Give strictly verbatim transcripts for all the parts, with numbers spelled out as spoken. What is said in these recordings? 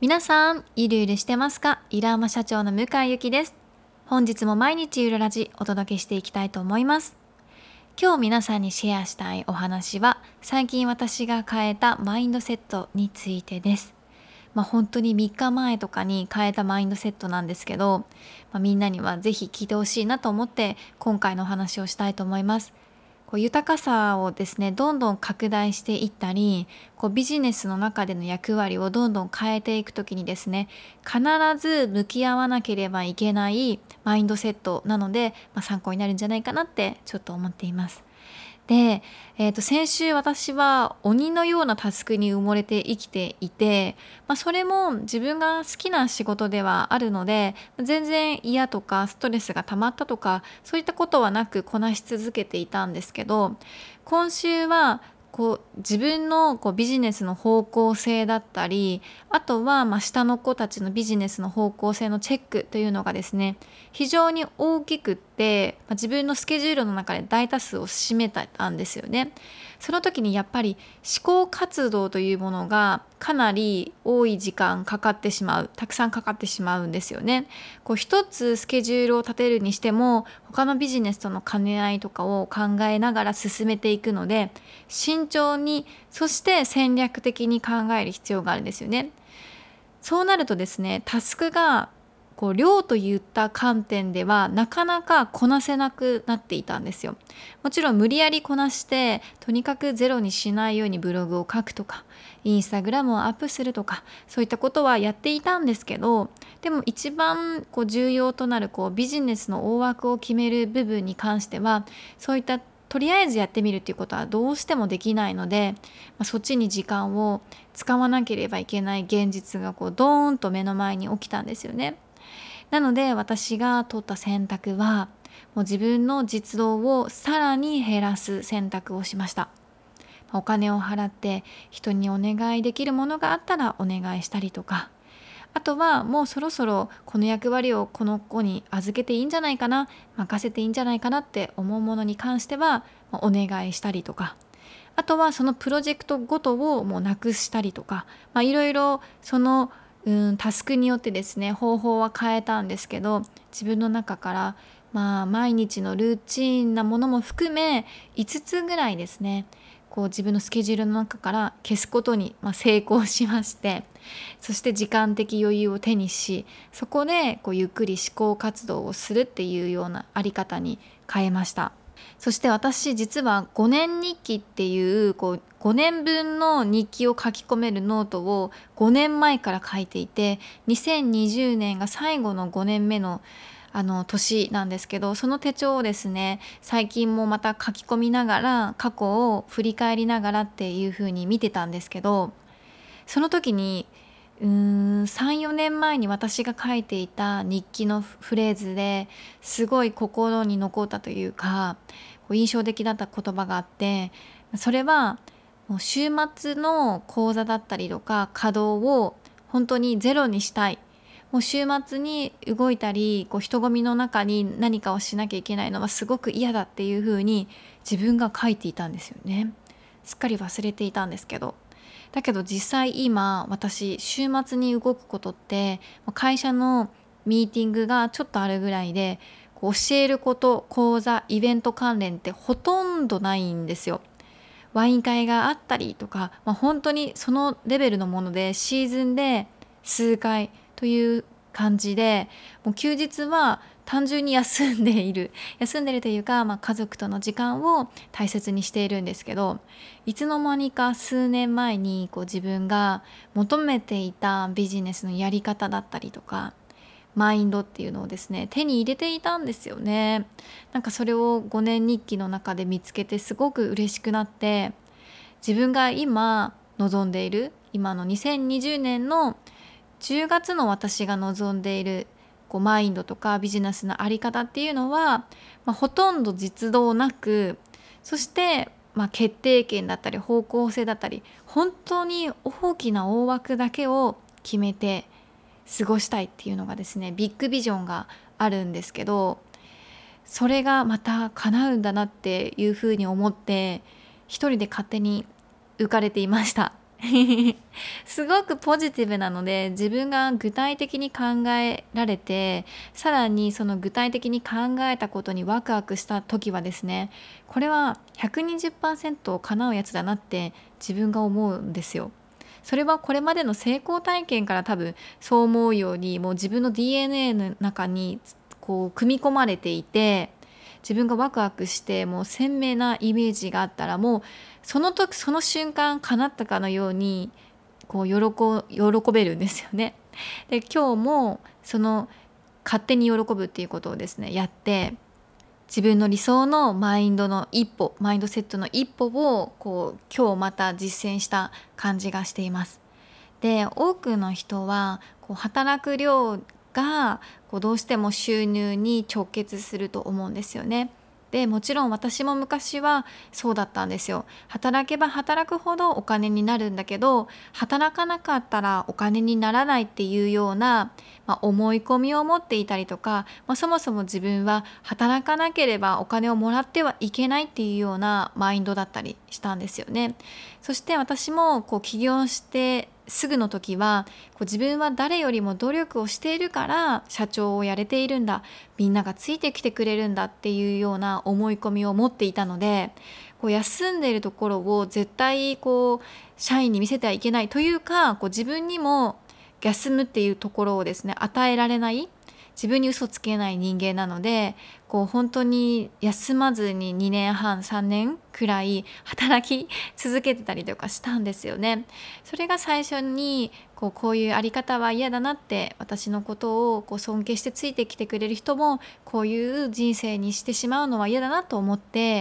皆さん、ゆるゆるしてますか？イラーマ社長の向井ゆきです。本日も毎日ゆるラジお届けしていきたいと思います。今日皆さんにシェアしたいお話は、最近私が変えたマインドセットについてです。まあ、本当にみっかまえとかに変えたマインドセットなんですけど、まあ、みんなにはぜひ聞いてほしいなと思って今回のお話をしたいと思います。こう豊かさをですねどんどん拡大していったり、こうビジネスの中での役割をどんどん変えていくときにですね、必ず向き合わなければいけないマインドセットなので、まあ、参考になるんじゃないかなってちょっと思っています。で、えー、と先週私は鬼のようなタスクに埋もれて生きていて、まあ、それも自分が好きな仕事ではあるので、全然嫌とかストレスが溜まったとかそういったことはなくこなし続けていたんですけど、今週はこう自分のこうビジネスの方向性だったり、あとはまあ下の子たちのビジネスの方向性のチェックというのがですね非常に大きくって、まあ、自分のスケジュールの中で大多数を占めたんですよね。その時にやっぱり思考活動というものがかなり多い時間かかってしまうたくさんかかってしまうんですよね。こう一つスケジュールを立てるにしても他のビジネスとの兼ね合いとかを考えながら進めていくので、慎重にそして戦略的に考える必要があるんですよね。そうなるとですね、タスクがこう量といった観点ではなかなかこなせなくなっていたんですよ。もちろん無理やりこなしてとにかくゼロにしないようにブログを書くとかインスタグラムをアップするとかそういったことはやっていたんですけど、でも一番こう重要となるこうビジネスの大枠を決める部分に関してはそういったとりあえずやってみるっていうことはどうしてもできないので、まあ、そっちに時間を使わなければいけない現実がこうドーンと目の前に起きたんですよね。なので私が取った選択はもう自分の実動をさらに減らす選択をしました。お金を払って人にお願いできるものがあったらお願いしたりとか、あとはもうそろそろこの役割をこの子に預けていいんじゃないかな、任せていいんじゃないかなって思うものに関してはお願いしたりとか、あとはそのプロジェクトごとをもうなくしたりとか、まあ、いろいろそのうんタスクによってですね方法は変えたんですけど、自分の中からまあ毎日のルーチンなものも含めいつつぐらいですねこう自分のスケジュールの中から消すことにまあ成功しまして、そして時間的余裕を手にし、そこでこうゆっくり思考活動をするっていうようなあり方に変えました。そして私実はごねん日記っていうこうごねんぶんの日記を書き込めるノートをごねんまえから書いていて、にせんにじゅうねんが最後のごねんめのあの年なんですけど、その手帳をですね最近もまた書き込みながら過去を振り返りながらっていう風に見てたんですけど、その時にうーんさん、よねんまえに私が書いていた日記のフレーズですごい心に残ったというかこう印象的だった言葉があって、それはもう週末の講座だったりとか稼働を本当にゼロにしたい、もう週末に動いたりこう人混みの中に何かをしなきゃいけないのはすごく嫌だっていうふうに自分が書いていたんですよね。すっかり忘れていたんですけど、だけど実際今私週末に動くことって会社のミーティングがちょっとあるぐらいで、こう教えること講座イベント関連ってほとんどないんですよ。ワイン会があったりとか、まあ、本当にそのレベルのものでシーズンで数回という感じで、もう休日は単純に休んでいる休んでいるというか、まあ、家族との時間を大切にしているんですけど、いつの間にか数年前にこう自分が求めていたビジネスのやり方だったりとかマインドっていうのをですね手に入れていたんですよね。なんかそれをごねん日記の中で見つけてすごく嬉しくなって、自分が今望んでいる今のにせんにじゅうねんのじゅうがつの私が望んでいるこうマインドとかビジネスのあり方っていうのは、まあ、ほとんど実動なく、そしてまあ決定権だったり方向性だったり本当に大きな大枠だけを決めて過ごしたいっていうのがですねビッグビジョンがあるんですけど、それがまた叶うんだなっていうふうに思って一人で勝手に浮かれていましたすごくポジティブなので、自分が具体的に考えられて、さらにその具体的に考えたことにワクワクした時はですね、これは ひゃくにじゅっパーセント 叶うやつだなって自分が思うんですよ。それはこれまでの成功体験から多分そう思うように、もう自分の ディーエヌエー の中にこう組み込まれていて、自分がワクワクしてもう鮮明なイメージがあったら、もうその時その瞬間叶ったかのようにこう喜喜べるんですよね。で今日もその勝手に喜ぶっていうことをですねやって、自分の理想のマインドの一歩マインドセットの一歩をこう今日また実践した感じがしています。で多くの人はこう働く量がこうどうしても収入に直結すると思うんですよね。でもちろん私も昔はそうだったんですよ。働けば働くほどお金になるんだけど、働かなかったらお金にならないっていうような、まあ、思い込みを持っていたりとか、まあ、そもそも自分は働かなければお金をもらってはいけないっていうようなマインドだったりしたんですよね。そして私もこう起業してすぐの時はこう自分は誰よりも努力をしているから社長をやれているんだ、みんながついてきてくれるんだっていうような思い込みを持っていたので、こう休んでいるところを絶対こう社員に見せてはいけないというか、こう自分にも休むっていうところをですね与えられない、自分に嘘つけない人間なので、こう本当に休まずににねんはんさんねんくらい働き続けてたりとかしたんですよね。それが最初にこうこういうあり方は嫌だなって、私のことをこう尊敬してついてきてくれる人もこういう人生にしてしまうのは嫌だなと思って、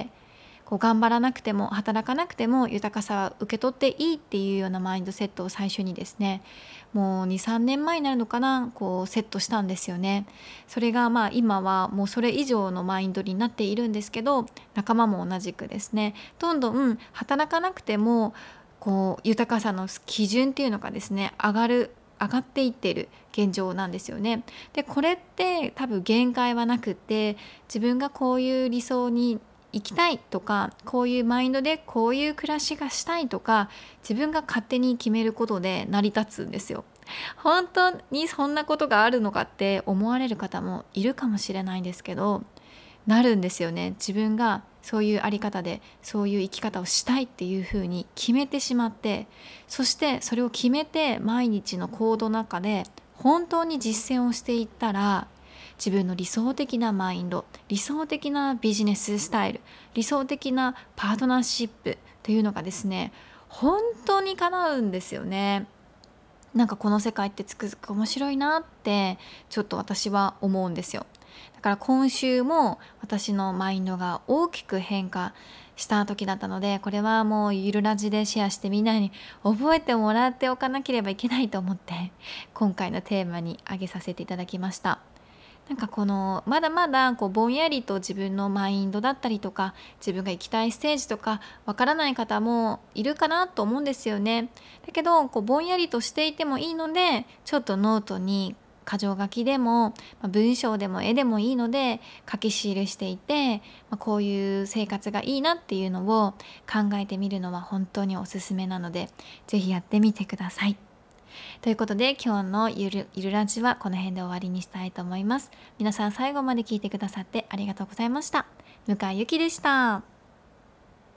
こう頑張らなくても働かなくても豊かさは受け取っていいっていうようなマインドセットを最初にですね、もうにさんねんまえになるのかな、こうセットしたんですよね。それがまあ今はもうそれ以上のマインドになっているんですけど、仲間も同じくですね、どんどん働かなくてもこう豊かさの基準っていうのがですね上がる上がっていっている現状なんですよね。でこれって多分限界はなくって、自分がこういう理想に行きたいとか、こういうマインドでこういう暮らしがしたいとか、自分が勝手に決めることで成り立つんですよ。本当にそんなことがあるのかって思われる方もいるかもしれないんですけど、なるんですよね。自分がそういうあり方でそういう生き方をしたいっていうふうに決めてしまって、そしてそれを決めて毎日の行動の中で本当に実践をしていったら、自分の理想的なマインド、理想的なビジネススタイル、理想的なパートナーシップというのがですね本当に叶うんですよね。なんかこの世界ってつくづく面白いなってちょっと私は思うんですよ。だから今週も私のマインドが大きく変化した時だったので、これはもうゆるラジでシェアしてみんなに覚えてもらっておかなければいけないと思って今回のテーマに挙げさせていただきました。なんかこのまだまだこうぼんやりと自分のマインドだったりとか、自分が行きたいステージとかわからない方もいるかなと思うんですよね。だけどこうぼんやりとしていてもいいので、ちょっとノートに箇条書きでも、まあ、文章でも絵でもいいので書き記していて、まあ、こういう生活がいいなっていうのを考えてみるのは本当におすすめなので、ぜひやってみてください。ということで今日のゆるゆるラジはこの辺で終わりにしたいと思います。皆さん最後まで聞いてくださってありがとうございました。向井ゆきでした。